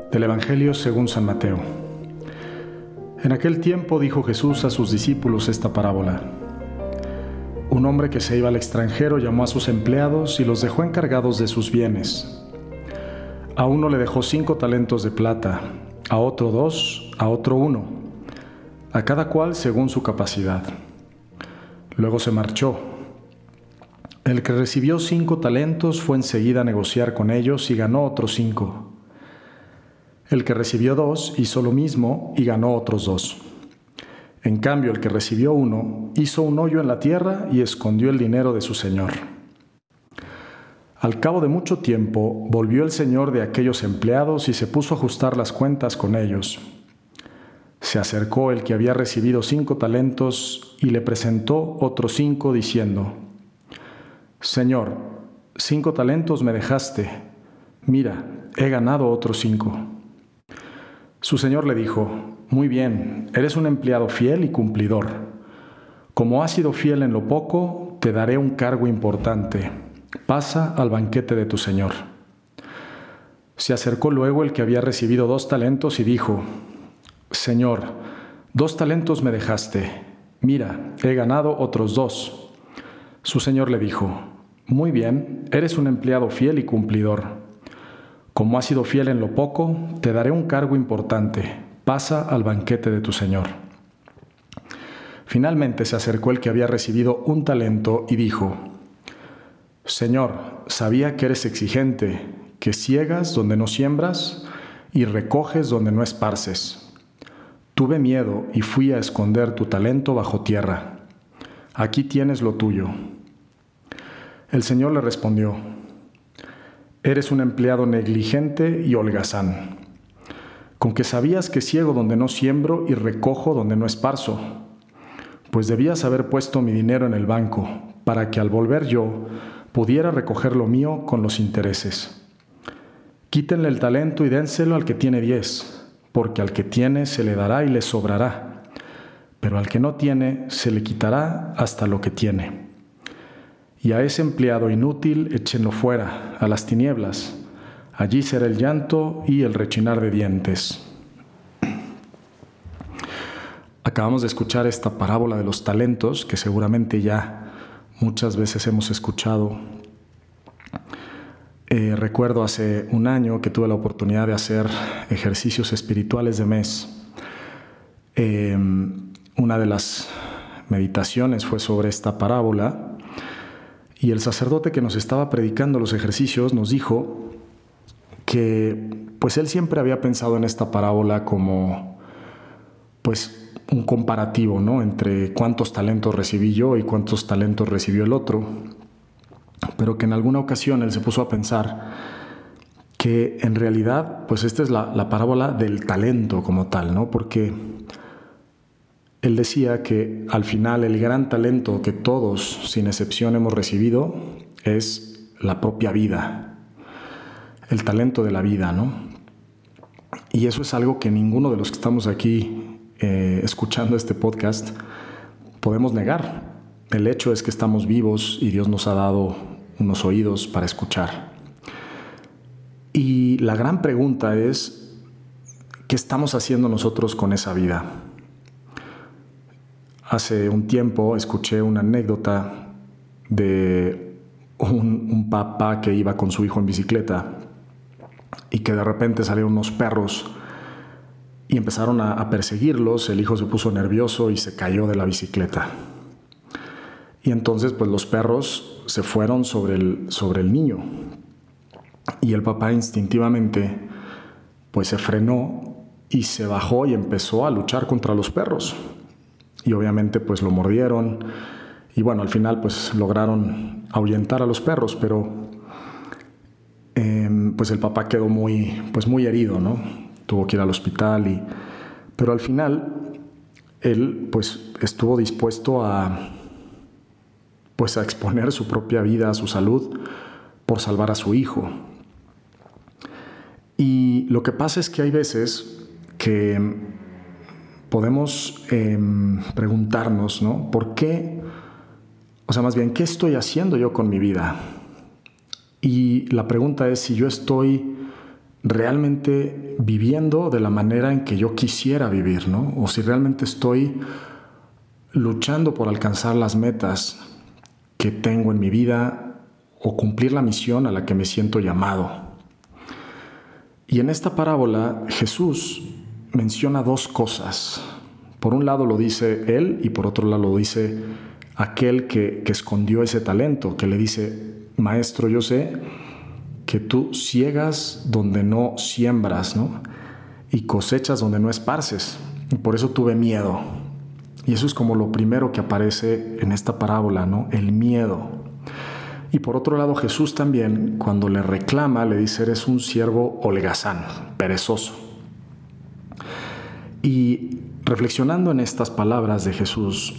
Del Evangelio según San Mateo. En aquel tiempo dijo Jesús a sus discípulos esta parábola. Un hombre que se iba al extranjero llamó a sus empleados y los dejó encargados de sus bienes. A uno le dejó 5 talentos de plata, a otro 2, a otro 1, a cada cual según su capacidad. Luego se marchó. El que recibió 5 talentos fue enseguida a negociar con ellos y ganó otros 5. El que recibió 2 hizo lo mismo y ganó otros 2. En cambio, el que recibió 1 hizo un hoyo en la tierra y escondió el dinero de su señor. Al cabo de mucho tiempo, volvió el señor de aquellos empleados y se puso a ajustar las cuentas con ellos. Se acercó el que había recibido 5 talentos y le presentó otros 5, diciendo: Señor, 5 talentos me dejaste. Mira, he ganado otros 5. Su señor le dijo: Muy bien, eres un empleado fiel y cumplidor. Como has sido fiel en lo poco, te daré un cargo importante. Pasa al banquete de tu señor. Se acercó luego el que había recibido 2 talentos y dijo: Señor, 2 talentos me dejaste. Mira, he ganado otros 2. Su señor le dijo: Muy bien, eres un empleado fiel y cumplidor. Como has sido fiel en lo poco, te daré un cargo importante. Pasa al banquete de tu señor. Finalmente se acercó el que había recibido 1 talento y dijo: Señor, sabía que eres exigente, que siegas donde no siembras y recoges donde no esparces. Tuve miedo y fui a esconder tu talento bajo tierra. Aquí tienes lo tuyo. El señor le respondió: Eres un empleado negligente y holgazán. Con que sabías que ciego donde no siembro y recojo donde no esparzo. Pues debías haber puesto mi dinero en el banco, para que al volver yo pudiera recoger lo mío con los intereses. Quítenle el talento y dénselo al que tiene 10, porque al que tiene se le dará y le sobrará, pero al que no tiene se le quitará hasta lo que tiene. Y a ese empleado inútil échenlo fuera, a las tinieblas. Allí será el llanto y el rechinar de dientes. Acabamos de escuchar esta parábola de los talentos, que seguramente ya muchas veces hemos escuchado. Recuerdo hace un año que tuve la oportunidad de hacer ejercicios espirituales de mes. Una de las meditaciones fue sobre esta parábola. Y el sacerdote que nos estaba predicando los ejercicios nos dijo que pues él siempre había pensado en esta parábola como pues un comparativo, ¿no?, entre cuántos talentos recibí yo y cuántos talentos recibió el otro, pero que en alguna ocasión él se puso a pensar que en realidad pues esta es la parábola del talento como tal, ¿no?, porque él decía que al final el gran talento que todos, sin excepción, hemos recibido es la propia vida, el talento de la vida, ¿no? Y eso es algo que ninguno de los que estamos aquí escuchando este podcast podemos negar. El hecho es que estamos vivos y Dios nos ha dado unos oídos para escuchar. Y la gran pregunta es, ¿qué estamos haciendo nosotros con esa vida? Hace un tiempo escuché una anécdota de un papá que iba con su hijo en bicicleta y que de repente salieron unos perros y empezaron a perseguirlos. El hijo se puso nervioso y se cayó de la bicicleta. Y entonces pues los perros se fueron sobre el niño. Y el papá instintivamente pues se frenó y se bajó y empezó a luchar contra los perros. Y obviamente pues lo mordieron y bueno, al final pues lograron ahuyentar a los perros, pero pues el papá quedó muy herido, ¿no? Tuvo que ir al hospital pero al final él pues estuvo dispuesto a exponer su propia vida, su salud, por salvar a su hijo. Y lo que pasa es que hay veces que podemos preguntarnos, ¿no?, ¿por qué? O sea, más bien, ¿qué estoy haciendo yo con mi vida? Y la pregunta es si yo estoy realmente viviendo de la manera en que yo quisiera vivir, ¿no? O si realmente estoy luchando por alcanzar las metas que tengo en mi vida o cumplir la misión a la que me siento llamado. Y en esta parábola Jesús menciona dos cosas. Por un lado lo dice él y por otro lado lo dice aquel que escondió ese talento, que le dice: Maestro, yo sé que tú siegas donde no siembras, ¿no? Y cosechas donde no esparces. Y por eso tuve miedo. Y eso es como lo primero que aparece en esta parábola, ¿no? El miedo. Y por otro lado, Jesús también, cuando le reclama, le dice: eres un siervo holgazán, perezoso. Y reflexionando en estas palabras de Jesús,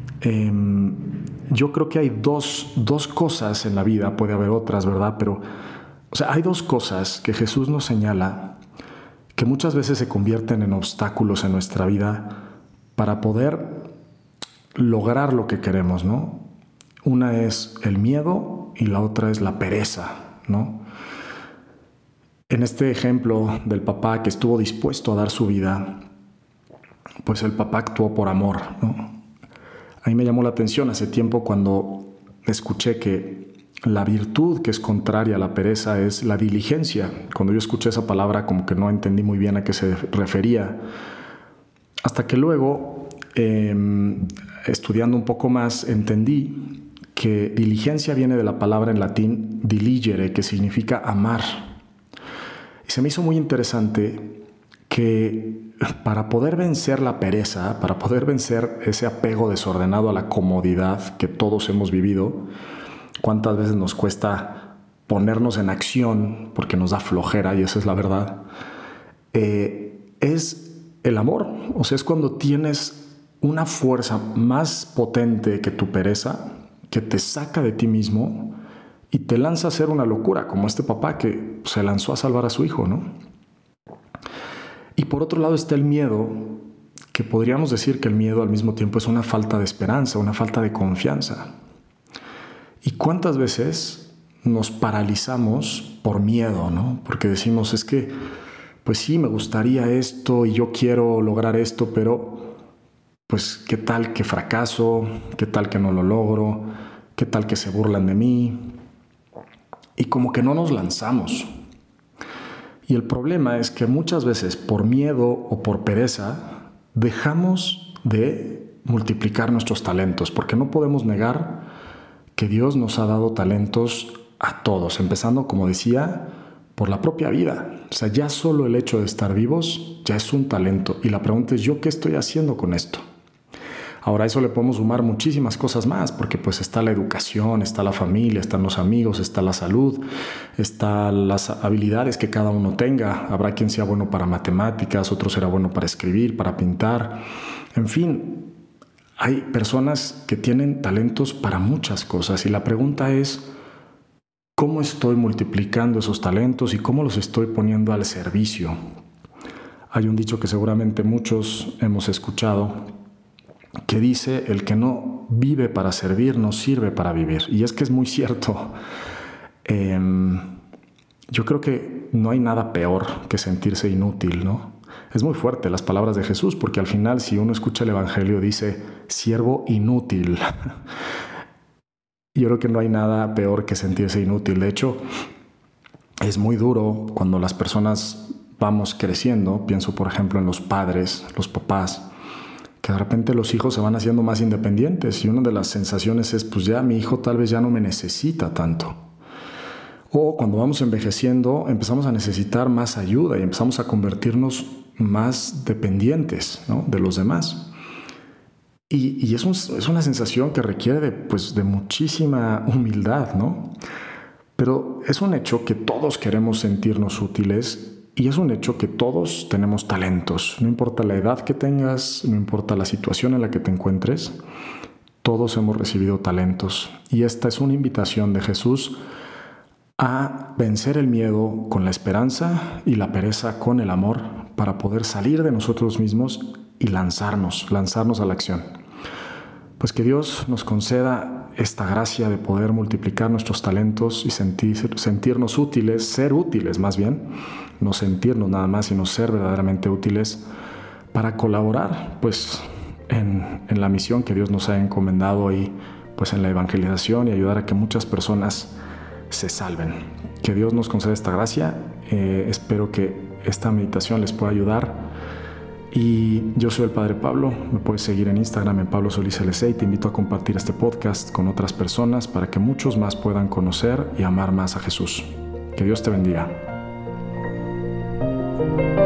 yo creo que hay dos cosas en la vida, puede haber otras, ¿verdad? Pero, hay dos cosas que Jesús nos señala que muchas veces se convierten en obstáculos en nuestra vida para poder lograr lo que queremos, ¿no? Una es el miedo y la otra es la pereza, ¿no? En este ejemplo del papá que estuvo dispuesto a dar su vida, pues el papá actuó por amor, ¿no? A mí me llamó la atención hace tiempo cuando escuché que la virtud que es contraria a la pereza es la diligencia. Cuando yo escuché esa palabra, como que no entendí muy bien a qué se refería, hasta que luego, estudiando un poco más, entendí que diligencia viene de la palabra en latín diligere, que significa amar. Y se me hizo muy interesante que para poder vencer la pereza, para poder vencer ese apego desordenado a la comodidad que todos hemos vivido, ¿cuántas veces nos cuesta ponernos en acción porque nos da flojera? Y esa es la verdad. Es el amor. O sea, es cuando tienes una fuerza más potente que tu pereza, que te saca de ti mismo y te lanza a hacer una locura, como este papá que se lanzó a salvar a su hijo, ¿no? Y por otro lado está el miedo, que podríamos decir que el miedo al mismo tiempo es una falta de esperanza, una falta de confianza. ¿Y cuántas veces nos paralizamos por miedo, ¿no? Porque decimos, es que, pues sí, me gustaría esto y yo quiero lograr esto, pero pues ¿qué tal que fracaso? ¿Qué tal que no lo logro? ¿Qué tal que se burlan de mí? Y como que no nos lanzamos. Y el problema es que muchas veces por miedo o por pereza dejamos de multiplicar nuestros talentos, porque no podemos negar que Dios nos ha dado talentos a todos, empezando, como decía, por la propia vida. O sea, ya solo el hecho de estar vivos ya es un talento. Y la pregunta es, ¿yo qué estoy haciendo con esto? Ahora a eso le podemos sumar muchísimas cosas más, porque pues está la educación, está la familia, están los amigos, está la salud, están las habilidades que cada uno tenga. Habrá quien sea bueno para matemáticas, otro será bueno para escribir, para pintar. En fin, hay personas que tienen talentos para muchas cosas y la pregunta es, ¿cómo estoy multiplicando esos talentos y cómo los estoy poniendo al servicio? Hay un dicho que seguramente muchos hemos escuchado, que dice: el que no vive para servir, no sirve para vivir. Y es que es muy cierto. Yo creo que no hay nada peor que sentirse inútil, ¿no? Es muy fuerte las palabras de Jesús, porque al final, si uno escucha el Evangelio, dice siervo inútil. Yo creo que no hay nada peor que sentirse inútil. De hecho, es muy duro cuando las personas vamos creciendo. Pienso, por ejemplo, en los padres, los papás, que de repente los hijos se van haciendo más independientes y una de las sensaciones es, pues ya mi hijo tal vez ya no me necesita tanto. O cuando vamos envejeciendo empezamos a necesitar más ayuda y empezamos a convertirnos más dependientes, ¿no?, de los demás. Y es una sensación que requiere de muchísima humildad, ¿no? Pero es un hecho que todos queremos sentirnos útiles y es un hecho que todos tenemos talentos. No importa la edad que tengas, no importa la situación en la que te encuentres, todos hemos recibido talentos. Y esta es una invitación de Jesús a vencer el miedo con la esperanza y la pereza con el amor para poder salir de nosotros mismos y lanzarnos a la acción. Pues que Dios nos conceda esta gracia de poder multiplicar nuestros talentos y sentirnos útiles, ser útiles más bien, no sentirnos nada más, sino ser verdaderamente útiles para colaborar pues en la misión que Dios nos ha encomendado y pues en la evangelización y ayudar a que muchas personas se salven. Que Dios nos conceda esta gracia. Espero que esta meditación les pueda ayudar. Y yo soy el Padre Pablo. Me puedes seguir en Instagram en Pablo Solís LC y te invito a compartir este podcast con otras personas para que muchos más puedan conocer y amar más a Jesús. Que Dios te bendiga.